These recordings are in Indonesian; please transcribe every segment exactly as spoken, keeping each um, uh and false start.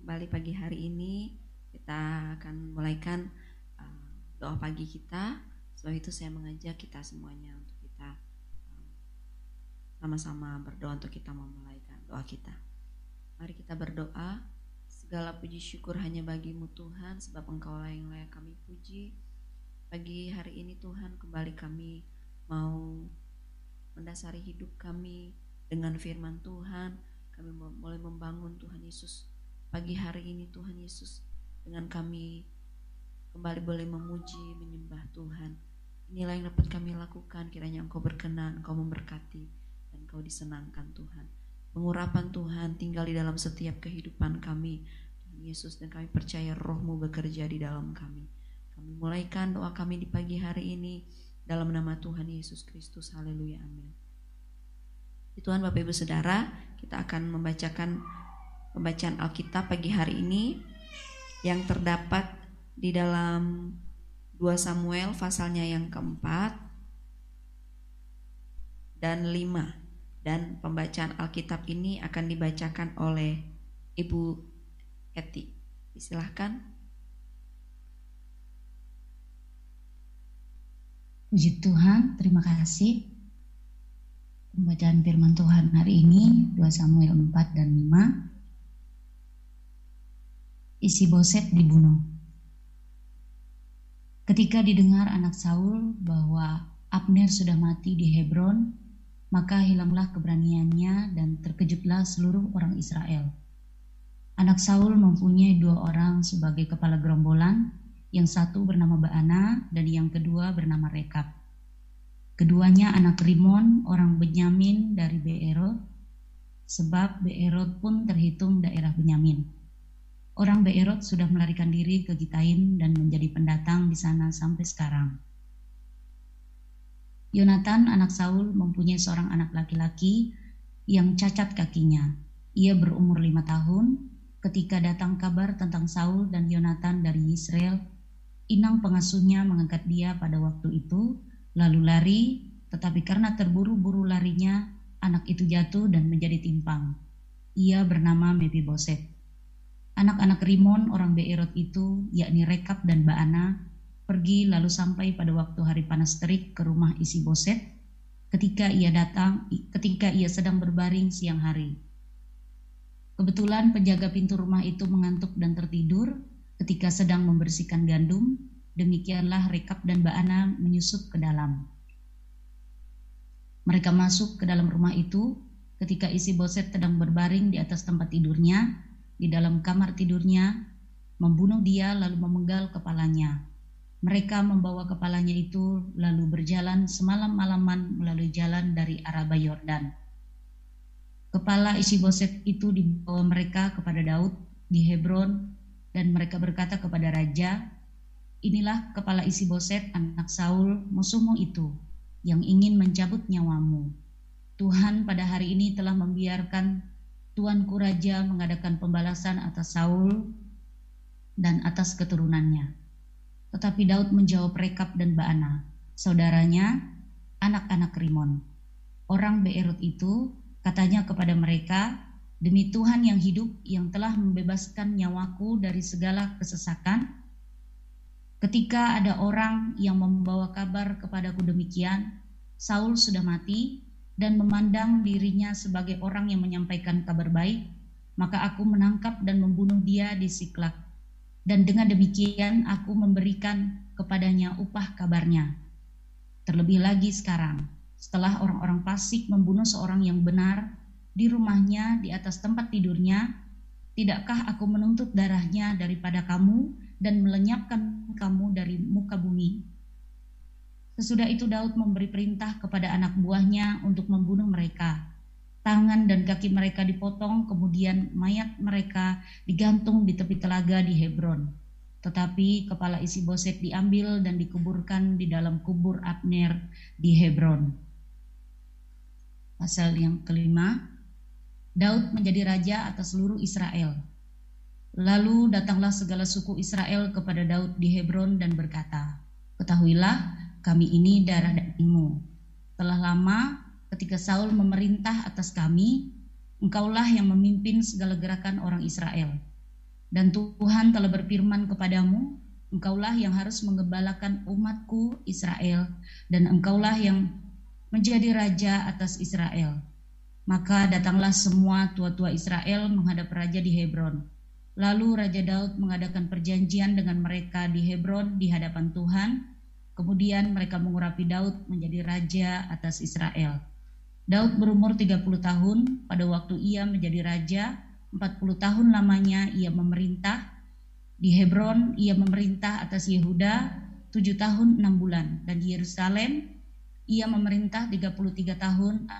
kembali pagi hari ini. Kita akan mulaikan uh, doa pagi kita. Sebab itu saya mengajak kita semuanya untuk kita uh, sama-sama berdoa untuk kita memulaikan doa kita. Mari kita berdoa. Segala puji syukur hanya bagi-Mu Tuhan, sebab Engkaulah yang layak kami puji. Pagi hari ini Tuhan, kembali kami mau mendasari hidup kami dengan firman Tuhan. Kami mulai membangun Tuhan Yesus pagi hari ini Tuhan Yesus, dengan kami kembali boleh memuji, menyembah Tuhan. Inilah yang dapat kami lakukan, kiranya Engkau berkenan, Engkau memberkati, dan Engkau disenangkan Tuhan. Pengurapan Tuhan tinggal di dalam setiap kehidupan kami Tuhan Yesus, dan kami percaya Roh-Mu bekerja di dalam kami. Kami mulaikan doa kami di pagi hari ini dalam nama Tuhan Yesus Kristus. Haleluya, amin. Tuhan, Bapak Ibu Saudara, kita akan membacakan pembacaan Alkitab pagi hari ini yang terdapat di dalam dua Samuel pasalnya yang keempat dan lima. Dan pembacaan Alkitab ini akan dibacakan oleh Ibu Eti. Silahkan. Puji Tuhan, terima kasih. Pembacaan firman Tuhan hari ini dua Samuel empat dan lima. Isi-Boset dibunuh. Ketika didengar anak Saul bahwa Abner sudah mati di Hebron, maka hilanglah keberaniannya dan terkejutlah seluruh orang Israel. Anak Saul mempunyai dua orang sebagai kepala gerombolan, yang satu bernama Baana dan yang kedua bernama Rekab. Keduanya anak Rimon, orang Benyamin dari Beerot, sebab Beerot pun terhitung daerah Benyamin. Orang Beerot sudah melarikan diri ke Gitain dan menjadi pendatang di sana sampai sekarang. Yonatan anak Saul mempunyai seorang anak laki-laki yang cacat kakinya. Ia berumur lima tahun. Ketika datang kabar tentang Saul dan Yonatan dari Israel, inang pengasuhnya mengangkat dia pada waktu itu, lalu lari, tetapi karena terburu-buru larinya, anak itu jatuh dan menjadi timpang. Ia bernama Mefiboset. Anak-anak Rimon orang Beerot itu, yakni Rekab dan Baana, pergi lalu sampai pada waktu hari panas terik ke rumah Isi-Boset, ketika ia datang, ketika ia sedang berbaring siang hari. Kebetulan penjaga pintu rumah itu mengantuk dan tertidur ketika sedang membersihkan gandum. Demikianlah Rekab dan Baana menyusup ke dalam. Mereka masuk ke dalam rumah itu ketika Isi-Boset sedang berbaring di atas tempat tidurnya, di dalam kamar tidurnya, membunuh dia lalu memenggal kepalanya. Mereka membawa kepalanya itu lalu berjalan semalam-malaman melalui jalan dari Araba Yordan. Kepala Isi-Boset itu dibawa mereka kepada Daud di Hebron, dan mereka berkata kepada raja, "Inilah kepala Isi-Boset anak Saul, musuhmu itu, yang ingin mencabut nyawamu. Tuhan pada hari ini telah membiarkan tuanku raja mengadakan pembalasan atas Saul dan atas keturunannya." Tetapi Daud menjawab Rekab dan Baana, saudaranya, anak-anak Rimon. Orang Beerot itu katanya kepada mereka, "Demi Tuhan yang hidup, yang telah membebaskan nyawaku dari segala kesesakan, ketika ada orang yang membawa kabar kepadaku demikian, Saul sudah mati, dan memandang dirinya sebagai orang yang menyampaikan kabar baik, maka aku menangkap dan membunuh dia di Siklak. Dan dengan demikian aku memberikan kepadanya upah kabarnya. Terlebih lagi sekarang, setelah orang-orang fasik membunuh seorang yang benar di rumahnya di atas tempat tidurnya, tidakkah aku menuntut darahnya daripada kamu dan melenyapkan kamu dari muka bumi?" Sesudah itu Daud memberi perintah kepada anak buahnya untuk membunuh mereka. Tangan dan kaki mereka dipotong, kemudian mayat mereka digantung di tepi telaga di Hebron. Tetapi kepala Isi-Boset diambil dan dikuburkan di dalam kubur Abner di Hebron. Pasal yang kelima, Daud menjadi raja atas seluruh Israel. Lalu datanglah segala suku Israel kepada Daud di Hebron dan berkata, "Ketahuilah, kami ini darah dagingmu. Telah lama ketika Saul memerintah atas kami, engkaulah yang memimpin segala gerakan orang Israel. Dan Tuhan telah berfirman kepadamu, engkaulah yang harus menggembalakan umatku Israel, dan engkaulah yang menjadi raja atas Israel. Maka datanglah semua tua-tua Israel menghadap raja di Hebron. Lalu Raja Daud mengadakan perjanjian dengan mereka di Hebron di hadapan Tuhan. Kemudian mereka mengurapi Daud menjadi raja atas Israel. Daud berumur tiga puluh tahun pada waktu ia menjadi raja. empat puluh tahun lamanya ia memerintah. Di Hebron ia memerintah atas Yehuda tujuh tahun enam bulan. Dan di Yerusalem ia memerintah tiga puluh tiga tahun.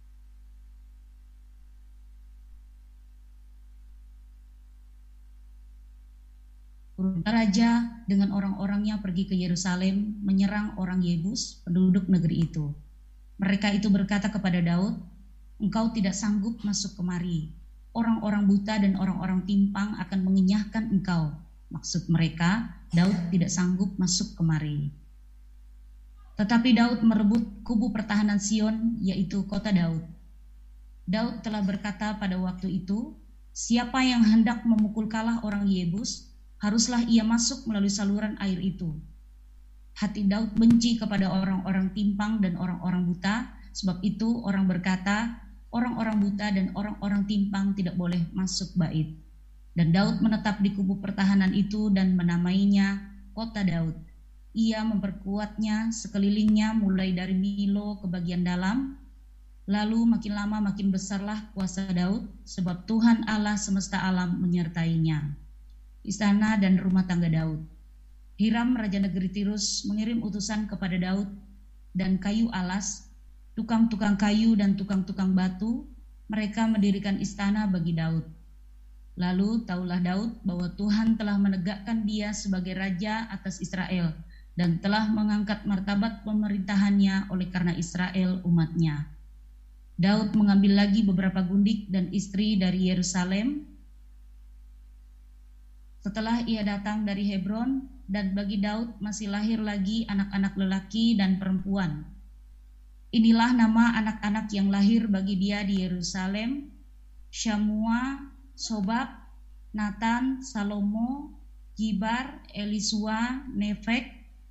Raja dengan orang-orangnya pergi ke Yerusalem menyerang orang Yebus, penduduk negeri itu. Mereka itu berkata kepada Daud, engkau tidak sanggup masuk kemari. Orang-orang buta dan orang-orang timpang akan mengenyahkan engkau. Maksud mereka, Daud tidak sanggup masuk kemari. Tetapi Daud merebut kubu pertahanan Sion, yaitu kota Daud. Daud telah berkata pada waktu itu, siapa yang hendak memukul kalah orang Yebus, haruslah ia masuk melalui saluran air itu. Hati Daud benci kepada orang-orang timpang dan orang-orang buta, sebab itu orang berkata, orang-orang buta dan orang-orang timpang tidak boleh masuk bait. Dan Daud menetap di kubu pertahanan itu dan menamainya kota Daud. Ia memperkuatnya sekelilingnya mulai dari Milo ke bagian dalam. Lalu makin lama makin besarlah kuasa Daud, sebab Tuhan Allah semesta alam menyertainya. Istana dan rumah tangga Daud. Hiram raja negeri Tirus mengirim utusan kepada Daud dan kayu alas, tukang-tukang kayu dan tukang-tukang batu, mereka mendirikan istana bagi Daud. Lalu taulah Daud bahwa Tuhan telah menegakkan dia sebagai raja atas Israel dan telah mengangkat martabat pemerintahannya oleh karena Israel umatnya. Daud mengambil lagi beberapa gundik dan istri dari Yerusalem setelah ia datang dari Hebron, dan bagi Daud masih lahir lagi anak-anak lelaki dan perempuan. Inilah nama anak-anak yang lahir bagi dia di Yerusalem: Syamua, Sobab, Natan, Salomo, Gibar, Elisua, Nefek,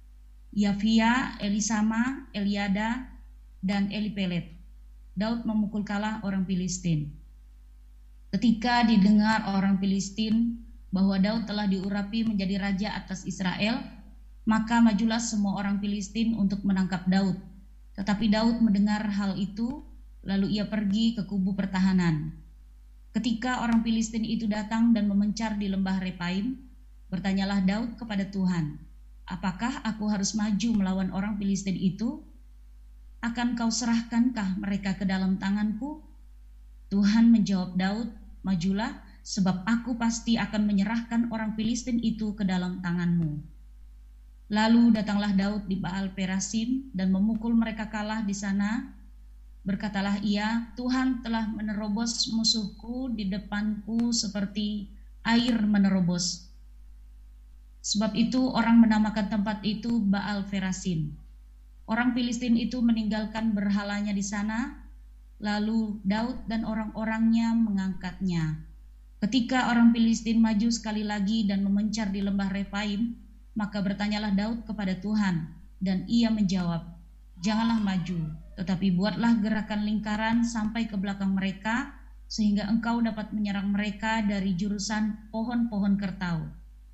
Yafia, Elisama, Eliada, dan Elipelet. Daud memukul kalah orang Filistin. Ketika didengar orang Filistin bahwa Daud telah diurapi menjadi raja atas Israel, maka majulah semua orang Filistin untuk menangkap Daud. Tetapi Daud mendengar hal itu, lalu ia pergi ke kubu pertahanan. Ketika orang Filistin itu datang dan memencar di lembah Repaim, bertanyalah Daud kepada Tuhan, apakah aku harus maju melawan orang Filistin itu? Akan kau serahkankah mereka ke dalam tanganku? Tuhan menjawab Daud, majulah, sebab aku pasti akan menyerahkan orang Filistin itu ke dalam tanganmu. Lalu datanglah Daud di Baal Perasim dan memukul mereka kalah di sana. Berkatalah ia, Tuhan telah menerobos musuhku di depanku seperti air menerobos. Sebab itu orang menamakan tempat itu Baal Perasim. Orang Filistin itu meninggalkan berhalanya di sana, lalu Daud dan orang-orangnya mengangkatnya. Ketika orang Filistin maju sekali lagi dan memencar di lembah Refaim, maka bertanyalah Daud kepada Tuhan, dan ia menjawab, janganlah maju, tetapi buatlah gerakan lingkaran sampai ke belakang mereka, sehingga engkau dapat menyerang mereka dari jurusan pohon-pohon kertau.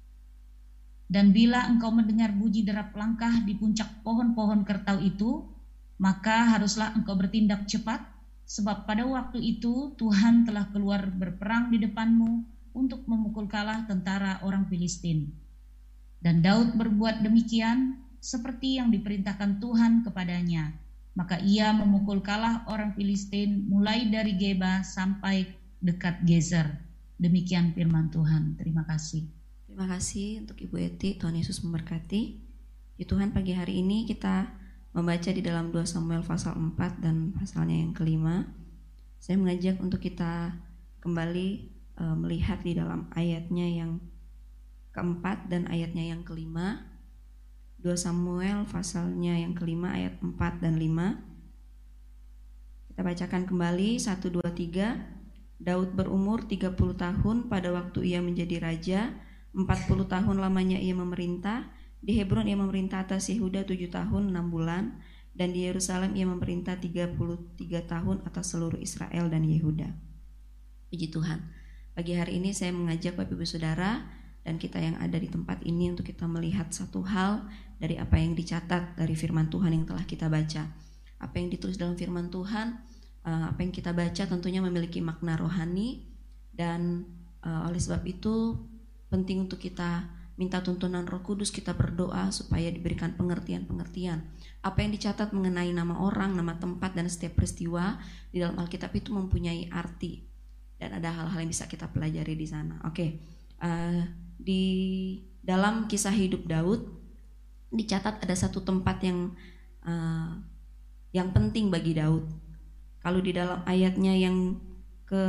Dan bila engkau mendengar bunyi derap langkah di puncak pohon-pohon kertau itu, maka haruslah engkau bertindak cepat, sebab pada waktu itu Tuhan telah keluar berperang di depanmu untuk memukul kalah tentara orang Filistin. Dan Daud berbuat demikian seperti yang diperintahkan Tuhan kepadanya. Maka ia memukul kalah orang Filistin mulai dari Geba sampai dekat Gezer. Demikian firman Tuhan. Terima kasih. Terima kasih untuk Ibu Eti. Tuhan Yesus memberkati. Ya Tuhan, pagi hari ini kita membaca di dalam dua Samuel pasal empat dan pasalnya yang kelima. Saya mengajak untuk kita kembali e, melihat di dalam ayatnya yang keempat dan ayatnya yang kelima. dua Samuel pasalnya yang kelima ayat empat dan lima. Kita bacakan kembali satu, dua, tiga. Daud berumur tiga puluh tahun pada waktu ia menjadi raja, empat puluh tahun lamanya ia memerintah. Di Hebron ia memerintah atas Yehuda tujuh tahun enam bulan, dan di Yerusalem ia memerintah tiga puluh tiga tahun atas seluruh Israel dan Yehuda. Puji Tuhan. Pagi hari ini saya mengajak Bapak Ibu Saudara dan kita yang ada di tempat ini untuk kita melihat satu hal dari apa yang dicatat dari firman Tuhan yang telah kita baca. Apa yang ditulis dalam firman Tuhan, apa yang kita baca tentunya memiliki makna rohani, dan oleh sebab itu penting untuk kita minta tuntunan Roh Kudus, kita berdoa supaya diberikan pengertian-pengertian. Apa yang dicatat mengenai nama orang, nama tempat, dan setiap peristiwa di dalam Alkitab itu mempunyai arti, dan ada hal-hal yang bisa kita pelajari di sana. Oke, uh, di dalam kisah hidup Daud dicatat ada satu tempat yang uh, yang penting bagi Daud. Kalau di dalam ayatnya yang ke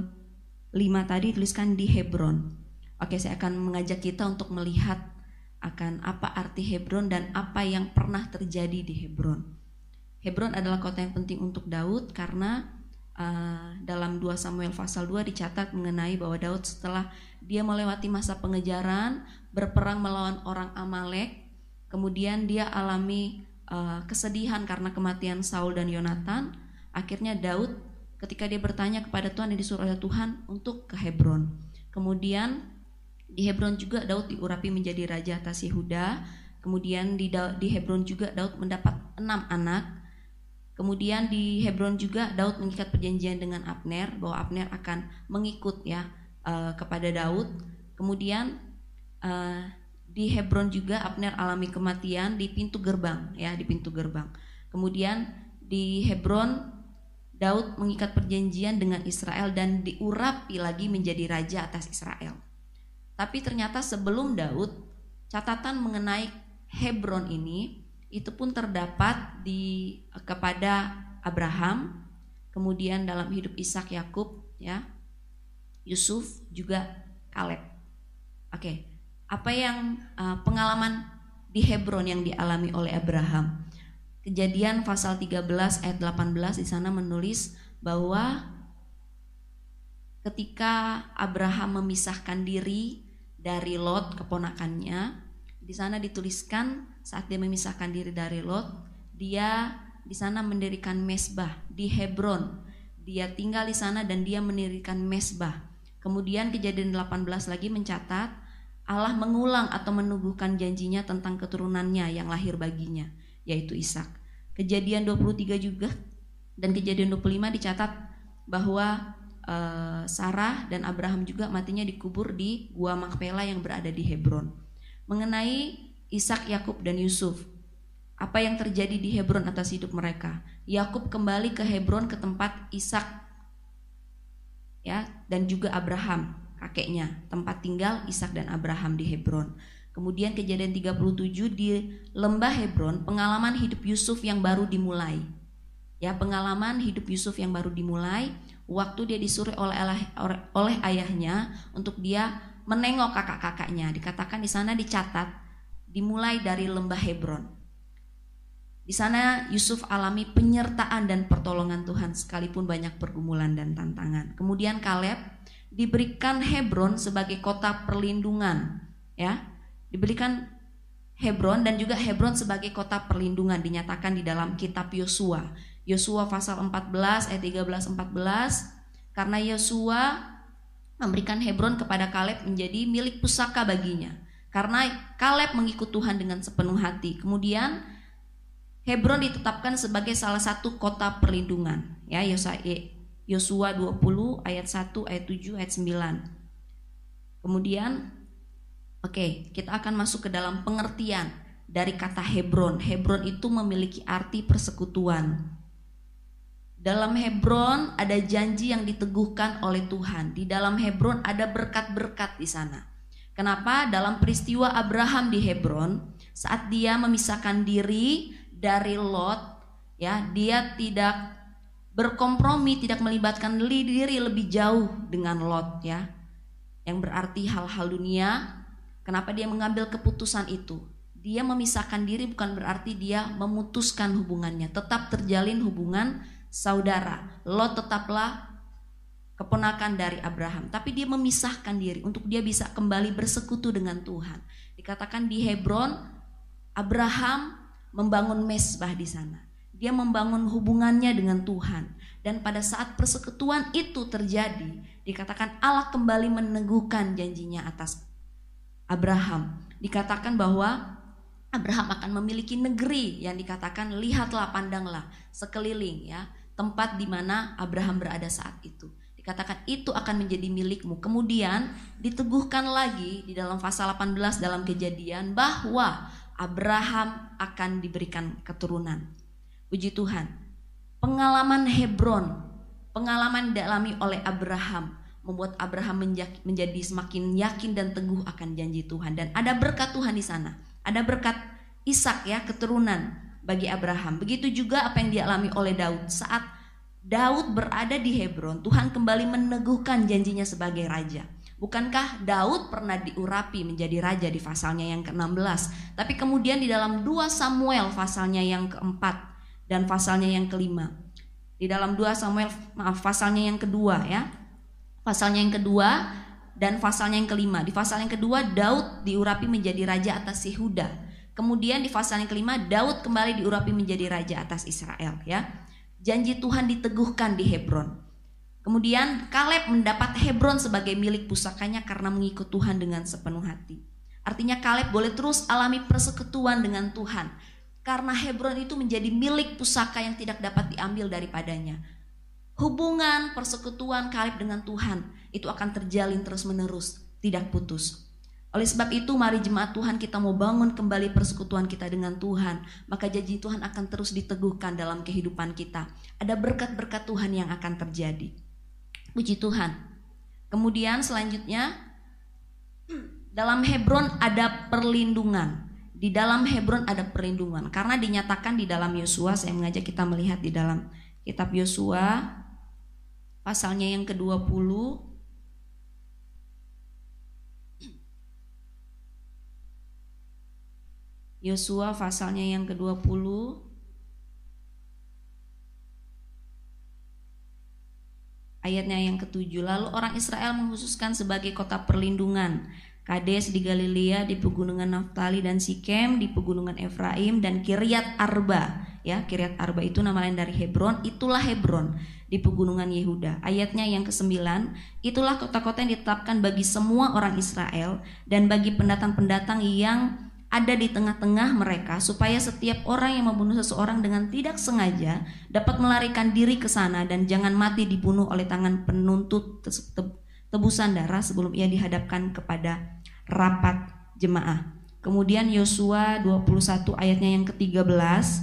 lima tadi tuliskan di Hebron. Oke, saya akan mengajak kita untuk melihat akan apa arti Hebron dan apa yang pernah terjadi di Hebron. Hebron adalah kota yang penting untuk Daud karena uh, dalam dua Samuel pasal dua dicatat mengenai bahwa Daud setelah dia melewati masa pengejaran, berperang melawan orang Amalek, kemudian dia alami uh, kesedihan karena kematian Saul dan Yonatan. Akhirnya Daud ketika dia bertanya kepada Tuhan, yang disuruh oleh Tuhan untuk ke Hebron. Kemudian di Hebron juga Daud diurapi menjadi raja atas Yehuda. Kemudian di, di Hebron juga Daud mendapat enam anak. Kemudian di Hebron juga Daud mengikat perjanjian dengan Abner bahwa Abner akan mengikut ya uh, kepada Daud. Kemudian uh, di Hebron juga Abner alami kematian di pintu gerbang ya di pintu gerbang. Kemudian di Hebron Daud mengikat perjanjian dengan Israel dan diurapi lagi menjadi raja atas Israel. Tapi ternyata sebelum Daud, catatan mengenai Hebron ini itu pun terdapat di kepada Abraham, kemudian dalam hidup Ishak, Yakub, ya, Yusuf, juga Kaleb. Oke, apa yang uh, pengalaman di Hebron yang dialami oleh Abraham? Kejadian pasal tiga belas ayat delapan belas di sana menulis bahwa ketika Abraham memisahkan diri dari Lot keponakannya, di sana dituliskan saat dia memisahkan diri dari Lot, dia di sana mendirikan mezbah di Hebron. Dia tinggal di sana dan dia mendirikan mezbah. Kemudian kejadian delapan belas lagi mencatat Allah mengulang atau menubuhkan janjinya tentang keturunannya yang lahir baginya, yaitu Ishak. Kejadian dua puluh tiga juga dan kejadian dua puluh lima dicatat bahwa uh, Sarah dan Abraham juga matinya dikubur di Gua Makpela yang berada di Hebron. Mengenai Ishak, Yakub, dan Yusuf, apa yang terjadi di Hebron atas hidup mereka? Yakub kembali ke Hebron ke tempat Ishak ya dan juga Abraham kakeknya, tempat tinggal Ishak dan Abraham di Hebron. Kemudian kejadian tiga puluh tujuh di lembah Hebron, pengalaman hidup Yusuf yang baru dimulai. Ya, pengalaman hidup Yusuf yang baru dimulai waktu dia disuruh oleh oleh, oleh ayahnya untuk dia menengok kakak-kakaknya. Dikatakan di sana dicatat dimulai dari lembah Hebron. Di sana Yusuf alami penyertaan dan pertolongan Tuhan sekalipun banyak pergumulan dan tantangan. Kemudian Kaleb diberikan Hebron sebagai kota perlindungan, ya. Diberikan Hebron dan juga Hebron sebagai kota perlindungan dinyatakan di dalam kitab Yosua. Yosua pasal empat belas ayat tiga belas sampai empat belas, karena Yosua memberikan Hebron kepada Kaleb menjadi milik pusaka baginya. Karena Kaleb mengikut Tuhan dengan sepenuh hati. Kemudian Hebron ditetapkan sebagai salah satu kota perlindungan. Ya, Yosua dua puluh ayat satu, ayat tujuh, ayat sembilan. Kemudian oke, kita akan masuk ke dalam pengertian dari kata Hebron. Hebron itu memiliki arti persekutuan. Dalam Hebron ada janji yang diteguhkan oleh Tuhan. Di dalam Hebron ada berkat-berkat di sana. Kenapa? Dalam peristiwa Abraham di Hebron, saat dia memisahkan diri dari Lot, ya, dia tidak berkompromi, tidak melibatkan diri lebih jauh dengan Lot, ya. Yang berarti hal-hal dunia. Kenapa dia mengambil keputusan itu? Dia memisahkan diri bukan berarti dia memutuskan hubungannya. Tetap terjalin hubungan saudara. Lot tetaplah keponakan dari Abraham, tapi dia memisahkan diri untuk dia bisa kembali bersekutu dengan Tuhan. Dikatakan di Hebron, Abraham membangun mezbah di sana. Dia membangun hubungannya dengan Tuhan. Dan pada saat persekutuan itu terjadi, dikatakan Allah kembali meneguhkan janjinya atas Abraham. Dikatakan bahwa Abraham akan memiliki negeri yang dikatakan lihatlah, pandanglah sekeliling, ya, tempat di mana Abraham berada saat itu. Dikatakan itu akan menjadi milikmu. Kemudian diteguhkan lagi di dalam pasal delapan belas dalam Kejadian bahwa Abraham akan diberikan keturunan. Puji Tuhan. Pengalaman Hebron, pengalaman dialami oleh Abraham membuat Abraham menjadi semakin yakin dan teguh akan janji Tuhan, dan ada berkat Tuhan di sana. Ada berkat Ishak, ya, keturunan bagi Abraham. Begitu juga apa yang dialami oleh Daud. Saat Daud berada di Hebron, Tuhan kembali meneguhkan janjinya sebagai raja. Bukankah Daud pernah diurapi menjadi raja di pasalnya yang ke enam belas? Tapi kemudian di dalam dua Samuel pasalnya yang keempat dan pasalnya yang kelima, di dalam dua Samuel, maaf, pasalnya yang kedua, ya, pasalnya yang kedua dan pasalnya yang kelima. Di pasal yang kedua Daud diurapi menjadi raja atas Yehuda. Kemudian di pasal yang kelima Daud kembali diurapi menjadi raja atas Israel, ya. Janji Tuhan diteguhkan di Hebron. Kemudian Kaleb mendapat Hebron sebagai milik pusakanya karena mengikut Tuhan dengan sepenuh hati. Artinya Kaleb boleh terus alami persekutuan dengan Tuhan, karena Hebron itu menjadi milik pusaka yang tidak dapat diambil daripadanya. Hubungan persekutuan Kaleb dengan Tuhan itu akan terjalin terus menerus, tidak putus. Oleh sebab itu mari jemaat Tuhan, kita mau bangun kembali persekutuan kita dengan Tuhan, maka janji Tuhan akan terus diteguhkan dalam kehidupan kita. Ada berkat-berkat Tuhan yang akan terjadi. Puji Tuhan. Kemudian selanjutnya, dalam Hebron ada perlindungan. Di dalam Hebron ada perlindungan karena dinyatakan di dalam Yosua. Saya mengajak kita melihat di dalam kitab Yosua pasalnya yang kedua puluh. Yosua pasalnya yang kedua puluh ayatnya yang ketujuh. Lalu orang Israel mengkhususkan sebagai kota perlindungan Kades di Galilea, di pegunungan Naftali, dan Sikem di pegunungan Efraim, dan Kiryat Arba, ya, Kiryat Arba itu nama lain dari Hebron. Itulah Hebron di pegunungan Yehuda. Ayatnya yang kesembilan, itulah kota-kota yang ditetapkan bagi semua orang Israel dan bagi pendatang-pendatang yang ada di tengah-tengah mereka, supaya setiap orang yang membunuh seseorang dengan tidak sengaja dapat melarikan diri ke sana dan jangan mati dibunuh oleh tangan penuntut tebusan darah sebelum ia dihadapkan kepada rapat jemaah. Kemudian Yosua dua puluh satu ayatnya yang ketiga belas,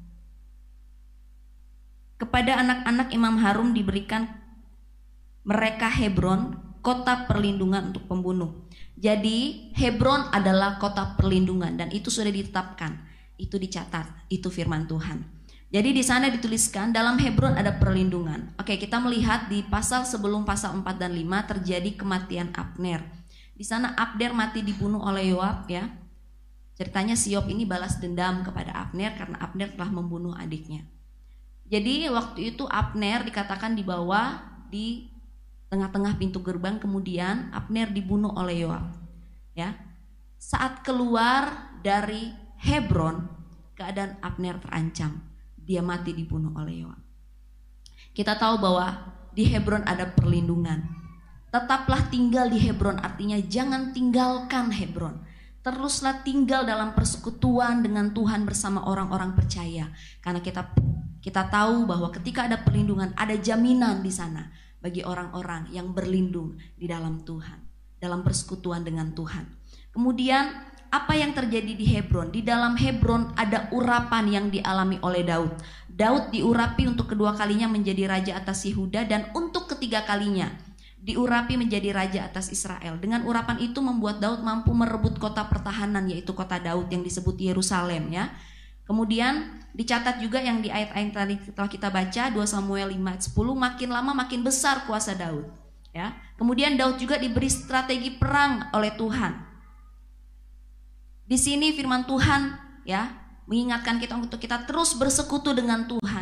kepada anak-anak Imam Harun diberikan mereka Hebron, kota perlindungan untuk pembunuh. Jadi Hebron adalah kota perlindungan dan itu sudah ditetapkan, itu dicatat, itu firman Tuhan. Jadi di sana dituliskan dalam Hebron ada perlindungan. Oke, kita melihat di pasal sebelum pasal empat dan lima terjadi kematian Abner. Di sana Abner mati dibunuh oleh Yoab, ya. Ceritanya si Yoab ini balas dendam kepada Abner karena Abner telah membunuh adiknya. Jadi waktu itu Abner dikatakan dibawa di tengah-tengah pintu gerbang, kemudian Abner dibunuh oleh Yoab, ya. Saat keluar dari Hebron, keadaan Abner terancam. Dia mati dibunuh oleh Yoab. Kita tahu bahwa di Hebron ada perlindungan. Tetaplah tinggal di Hebron, artinya jangan tinggalkan Hebron. Teruslah tinggal dalam persekutuan dengan Tuhan bersama orang-orang percaya. Karena kita kita tahu bahwa ketika ada perlindungan, ada jaminan di sana bagi orang-orang yang berlindung di dalam Tuhan, dalam persekutuan dengan Tuhan. Kemudian apa yang terjadi di Hebron? Di dalam Hebron ada urapan yang dialami oleh Daud. Daud diurapi untuk kedua kalinya menjadi raja atas Yehuda, dan untuk ketiga kalinya diurapi menjadi raja atas Israel. Dengan urapan itu membuat Daud mampu merebut kota pertahanan, yaitu kota Daud yang disebut Yerusalem, ya. Kemudian dicatat juga yang di ayat-ayat tadi setelah kita baca dua Samuel lima ayat sepuluh, makin lama makin besar kuasa Daud, ya. Kemudian Daud juga diberi strategi perang oleh Tuhan. Di sini firman Tuhan, ya, mengingatkan kita untuk kita terus bersekutu dengan Tuhan.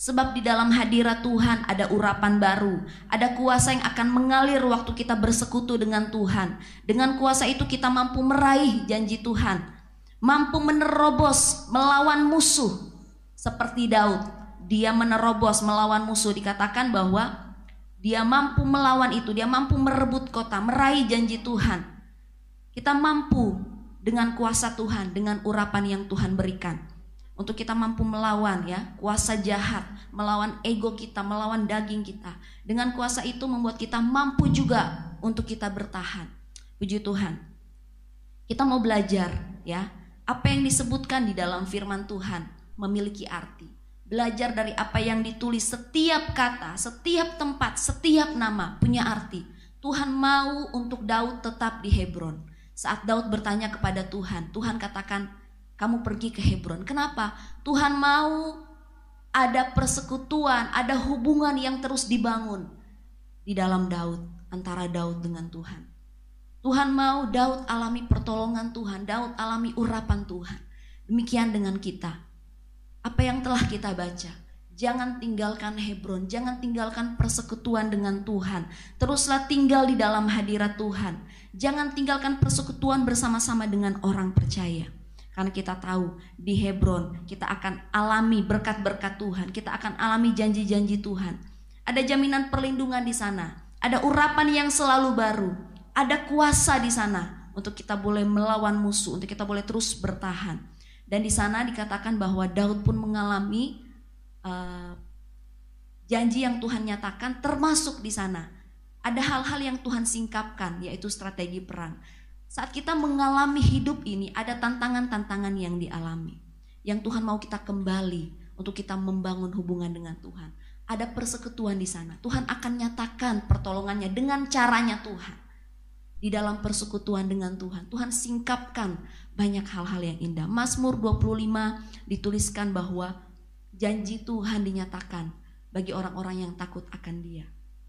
Sebab di dalam hadirat Tuhan ada urapan baru, ada kuasa yang akan mengalir waktu kita bersekutu dengan Tuhan. Dengan kuasa itu kita mampu meraih janji Tuhan, mampu menerobos melawan musuh. Seperti Daud, dia menerobos melawan musuh, dikatakan bahwa dia mampu melawan itu, dia mampu merebut kota, meraih janji Tuhan. Kita mampu dengan kuasa Tuhan, dengan urapan yang Tuhan berikan. Untuk kita mampu melawan ya kuasa jahat, melawan ego kita, melawan daging kita. Dengan kuasa itu membuat kita mampu juga untuk kita bertahan. Puji Tuhan. Kita mau belajar ya, apa yang disebutkan di dalam firman Tuhan memiliki arti. Belajar dari apa yang ditulis, setiap kata, setiap tempat, setiap nama punya arti. Tuhan mau untuk Daud tetap di Hebron. Saat Daud bertanya kepada Tuhan, Tuhan katakan, kamu pergi ke Hebron. Kenapa? Tuhan mau ada persekutuan, ada hubungan yang terus dibangun di dalam Daud, antara Daud dengan Tuhan. Tuhan mau Daud alami pertolongan Tuhan, Daud alami urapan Tuhan. Demikian dengan kita. Apa yang telah kita baca, jangan tinggalkan Hebron, jangan tinggalkan persekutuan dengan Tuhan. Teruslah tinggal di dalam hadirat Tuhan. Jangan tinggalkan persekutuan bersama-sama dengan orang percaya. Karena kita tahu di Hebron kita akan alami berkat-berkat Tuhan, kita akan alami janji-janji Tuhan. Ada jaminan perlindungan di sana, ada urapan yang selalu baru, ada kuasa di sana untuk kita boleh melawan musuh, untuk kita boleh terus bertahan. Dan di sana dikatakan bahwa Daud pun mengalami uh, janji yang Tuhan nyatakan, termasuk di sana ada hal-hal yang Tuhan singkapkan, yaitu strategi perang. Saat kita mengalami hidup ini, ada tantangan-tantangan yang dialami, yang Tuhan mau kita kembali untuk kita membangun hubungan dengan Tuhan. Ada persekutuan di sana. Tuhan akan nyatakan pertolongannya dengan caranya Tuhan. Di dalam persekutuan dengan Tuhan, Tuhan singkapkan banyak hal-hal yang indah. Mazmur dua puluh lima dituliskan bahwa janji Tuhan dinyatakan bagi orang-orang yang takut akan Dia.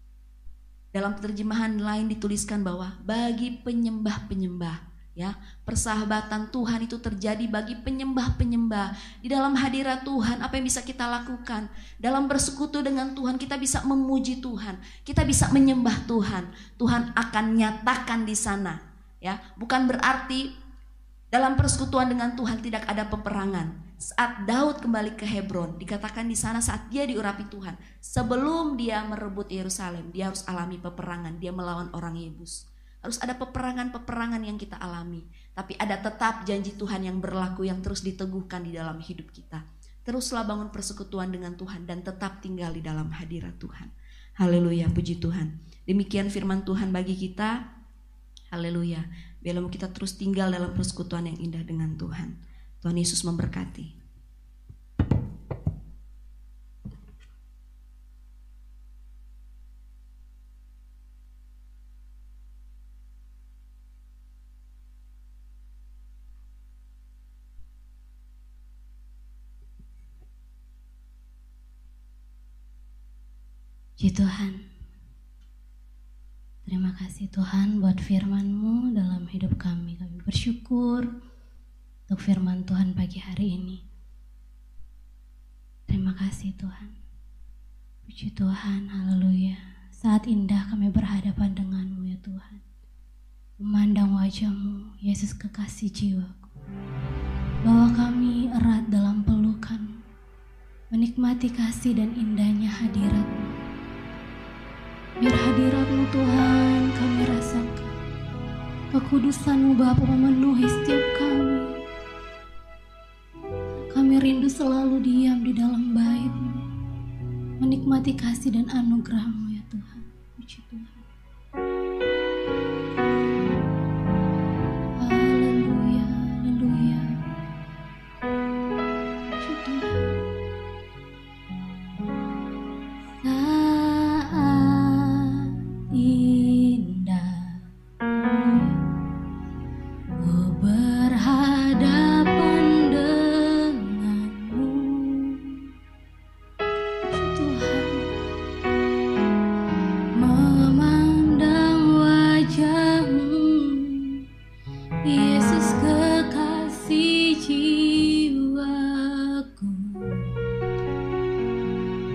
Dalam terjemahan lain dituliskan bahwa bagi penyembah-penyembah, ya, persahabatan Tuhan itu terjadi bagi penyembah-penyembah. Di dalam hadirat Tuhan, apa yang bisa kita lakukan? Dalam bersekutu dengan Tuhan, kita bisa memuji Tuhan, kita bisa menyembah Tuhan. Tuhan akan nyatakan di sana, ya. Bukan berarti dalam persekutuan dengan Tuhan tidak ada peperangan. Saat Daud kembali ke Hebron, dikatakan di sana saat dia diurapi Tuhan, sebelum dia merebut Yerusalem, dia harus alami peperangan, dia melawan orang Yebus. Harus ada peperangan-peperangan yang kita alami, tapi ada tetap janji Tuhan yang berlaku, yang terus diteguhkan di dalam hidup kita. Teruslah bangun persekutuan dengan Tuhan dan tetap tinggal di dalam hadirat Tuhan. Haleluya, puji Tuhan. Demikian firman Tuhan bagi kita. Haleluya. Biarlah kita terus tinggal dalam persekutuan yang indah dengan Tuhan. Tuhan Yesus memberkati. Puji Tuhan. Terima kasih Tuhan buat firman-Mu dalam hidup kami. Kami bersyukur untuk firman Tuhan pagi hari ini. Terima kasih Tuhan. Puji Tuhan, haleluya. Saat indah kami berhadapan dengan-Mu ya Tuhan. Memandang wajah-Mu, Yesus kekasih jiwaku. Bahwa kami erat dalam pelukan-Mu. Menikmati kasih dan indahnya hadirat-Mu. Biar hadirat-Mu Tuhan kami rasakan. Kekudusan-Mu Bapa memenuhi setiap kami. Kami rindu selalu diam di dalam bait-Mu, menikmati kasih dan anugerah-Mu ya Tuhan. Puji Tuhan. Haleluya, haleluya. Puji Tuhan. Saat indah ku berhadapan denganmu, Puji Tuhan, memandang wajah-Mu, Yesus kekasih jiwaku.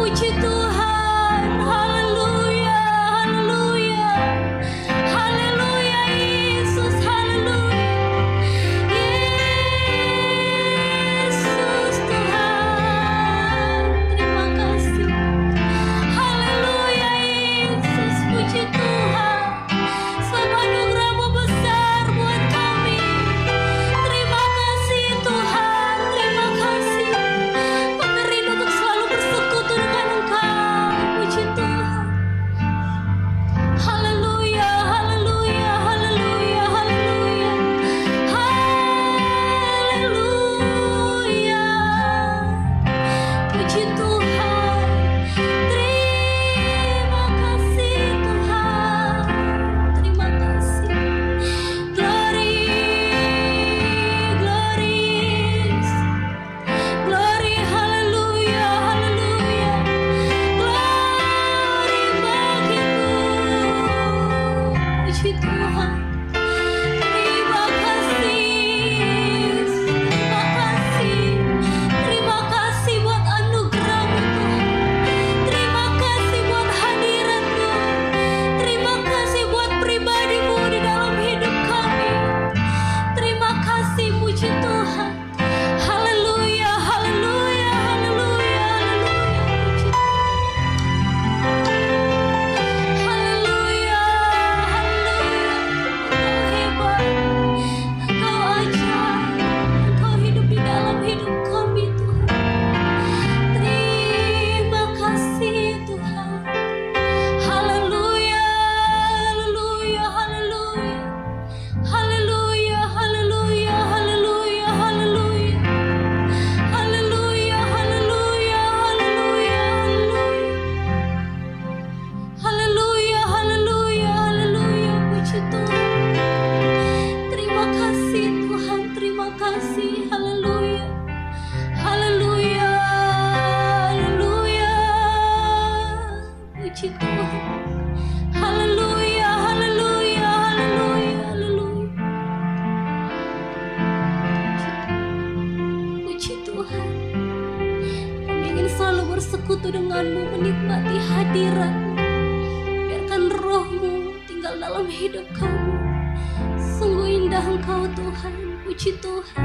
bersekutu denganmu, menikmati hadiratmu. Biarkan rohmu tinggal dalam hidup kami. Sungguh indah Engkau Tuhan, puji Tuhan.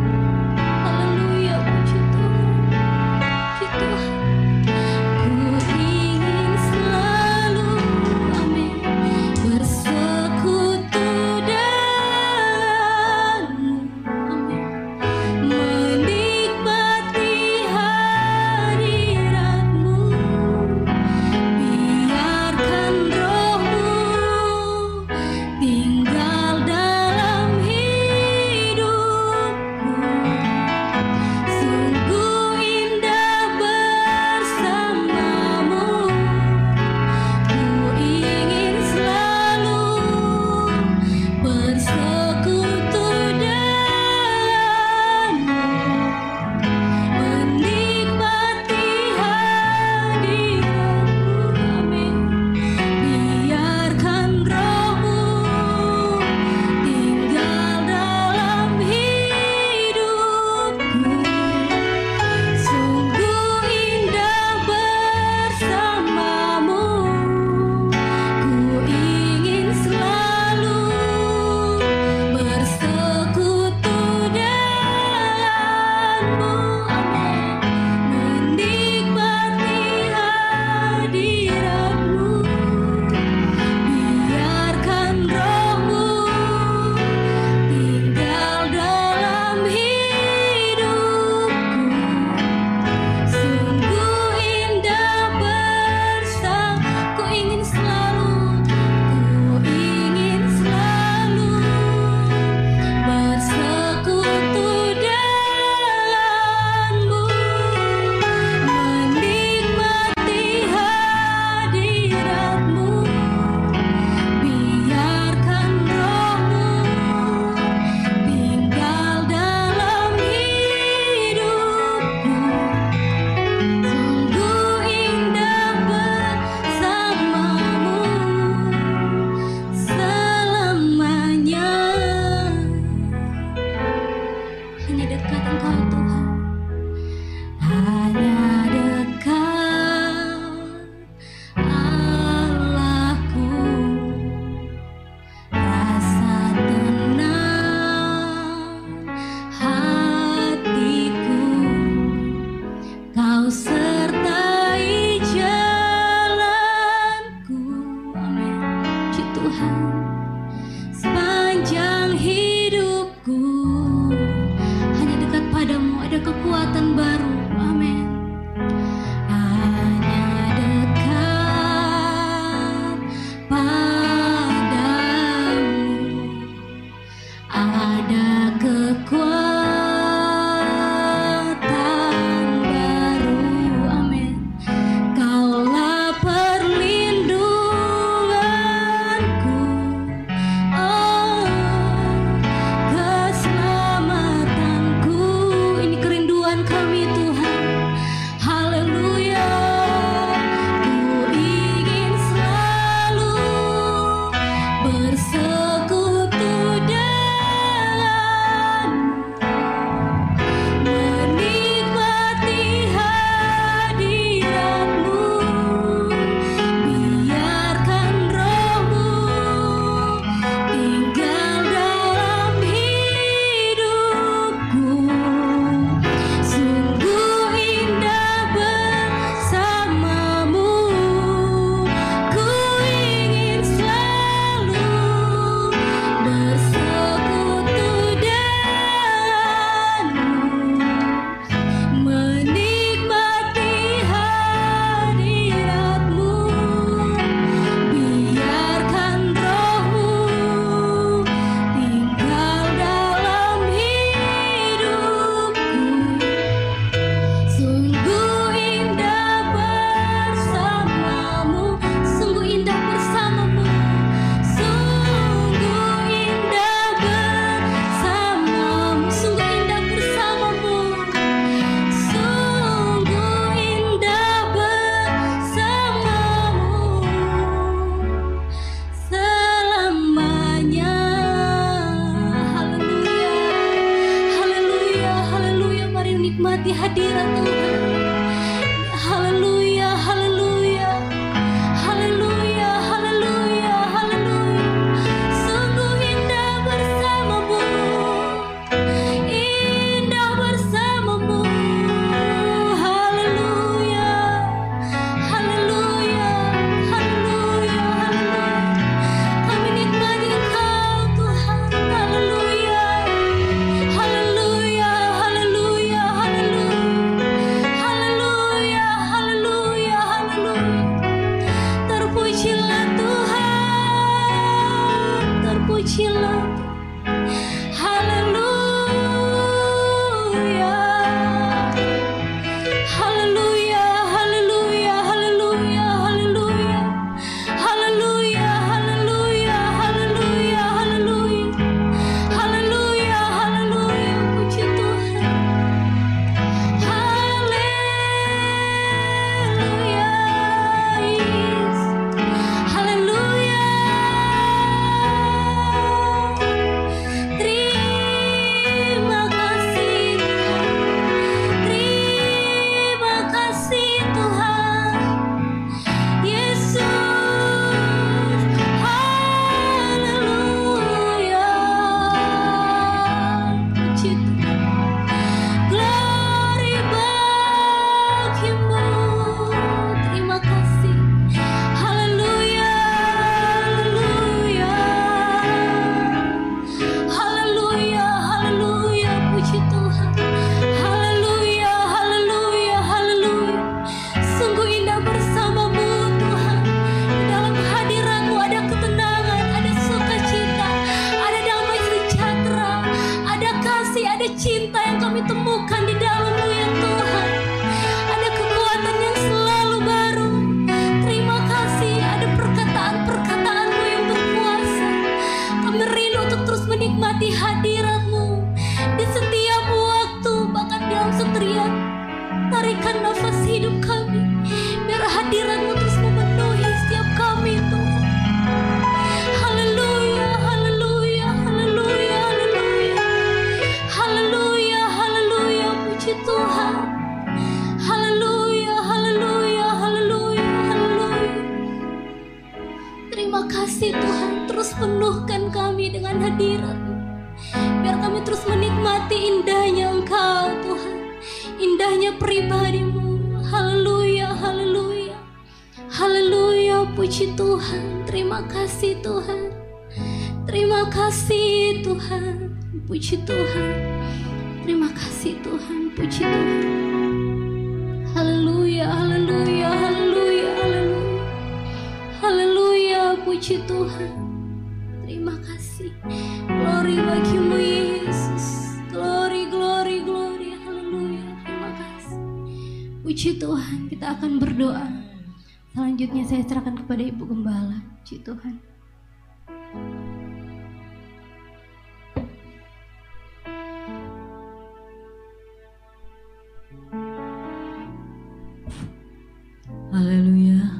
Haleluya, puji Tuhan, puji Tuhan. Ku ingin selalu, amin, bersekutu denganmu, amin, menikmati hadiratmu. Biarkan rohmu tinggal dalam hidupku. kasih Tuhan terus penuhkan kami dengan hadirat-Mu. Biar kami terus menikmati indahnya Engkau Tuhan, indahnya pribadi-Mu. Haleluya, haleluya, haleluya, puji Tuhan. Terima kasih Tuhan, terima kasih Tuhan, puji Tuhan. Terima kasih Tuhan, puji Tuhan. Haleluya, haleluya, haleluya, haleluya, haleluya, puji Tuhan. Terima kasih. Glory bagi-Mu Yesus. Glory, glory, glory. Haleluya. Terima kasih. Puji Tuhan. Kita akan berdoa. Selanjutnya saya serahkan kepada Ibu Gembala. Puji Tuhan. Haleluya.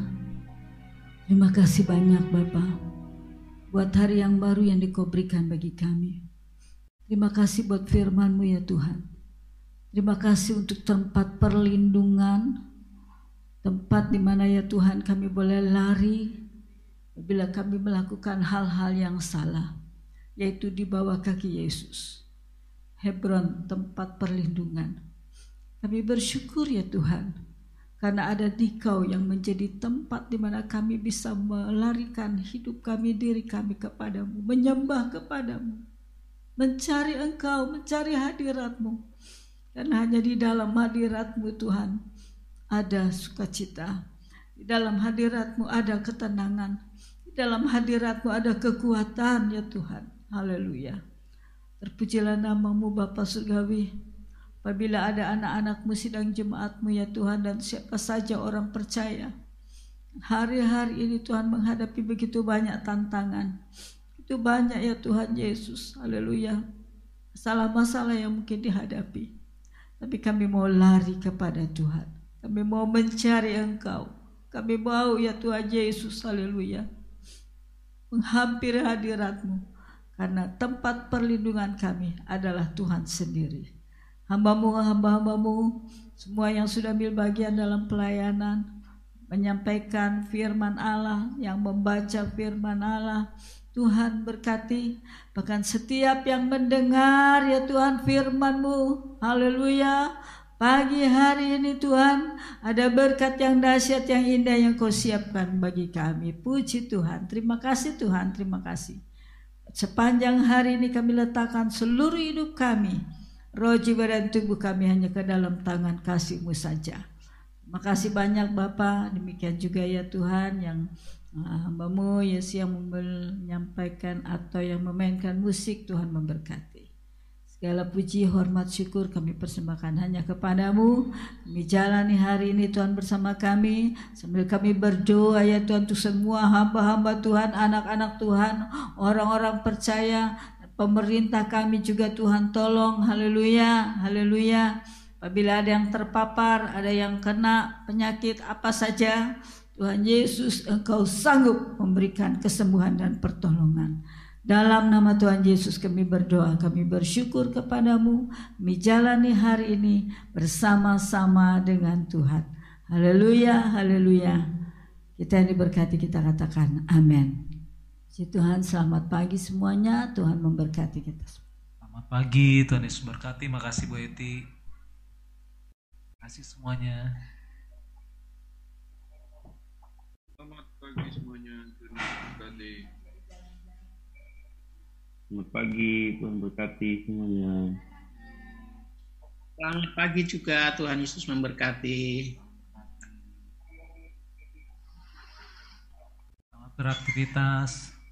Terima kasih banyak Bapak buat hari yang baru yang Dikau berikan bagi kami. Terima kasih buat firman-Mu ya Tuhan. Terima kasih untuk tempat perlindungan, tempat di mana ya Tuhan kami boleh lari apabila kami melakukan hal-hal yang salah, yaitu di bawah kaki Yesus. Hebron, tempat perlindungan. Kami bersyukur ya Tuhan, karena ada Dikau yang menjadi tempat di mana kami bisa melarikan hidup kami, diri kami kepadamu, menyembah kepadamu, mencari Engkau, mencari hadirat-Mu. Karena hanya di dalam hadirat-Mu Tuhan ada sukacita, di dalam hadirat-Mu ada ketenangan, di dalam hadirat-Mu ada kekuatan ya Tuhan. Haleluya. Terpujilah nama-Mu Bapa Surgawi. Apabila ada anak-anak-Mu sidang jemaat-Mu ya Tuhan, dan siapa saja orang percaya, hari-hari ini Tuhan menghadapi begitu banyak tantangan, begitu banyak ya Tuhan Yesus. Haleluya. Masalah-masalah yang mungkin dihadapi, tapi kami mau lari kepada Tuhan, kami mau mencari Engkau, kami mau ya Tuhan Yesus. Haleluya. Menghampiri hadirat-Mu, karena tempat perlindungan kami adalah Tuhan sendiri. Hamba-Mu, hamba-hamba-Mu, semua yang sudah ambil bagian dalam pelayanan, menyampaikan firman Allah, yang membaca firman Allah, Tuhan berkati. Bahkan setiap yang mendengar ya Tuhan firman-Mu, haleluya. Pagi hari ini Tuhan, ada berkat yang dahsyat, yang indah yang Kau siapkan bagi kami. Puji Tuhan, terima kasih Tuhan, terima kasih. Sepanjang hari ini kami letakkan seluruh hidup kami, roh, jiwa dan tubuh kami hanya ke dalam tangan kasih-Mu saja. Terima kasih banyak Bapa. Demikian juga ya Tuhan yang uh, hamba-Mu Yesus yang menyampaikan atau yang memainkan musik, Tuhan memberkati. Segala puji, hormat, syukur kami persembahkan hanya kepada-Mu. Kami jalani hari ini Tuhan bersama kami, sambil kami berdoa ya Tuhan untuk semua hamba-hamba Tuhan, anak-anak Tuhan, orang-orang percaya, pemerintah kami juga Tuhan tolong. Haleluya, haleluya. Apabila ada yang terpapar, ada yang kena penyakit apa saja, Tuhan Yesus Engkau sanggup memberikan kesembuhan dan pertolongan. Dalam nama Tuhan Yesus kami berdoa, kami bersyukur kepada-Mu. Kami jalani hari ini bersama-sama dengan Tuhan. Haleluya, haleluya. Kita yang diberkati kita katakan amin. Si Tuhan, selamat pagi semuanya. Tuhan memberkati kita. Selamat pagi, Tuhan Yesus berkati. Makasih Bu Eti. Makasih semuanya. Selamat pagi semuanya. Tuhan berkati. Selamat pagi, Tuhan berkati semuanya. Selamat pagi juga, Tuhan Yesus memberkati. Selamat beraktivitas.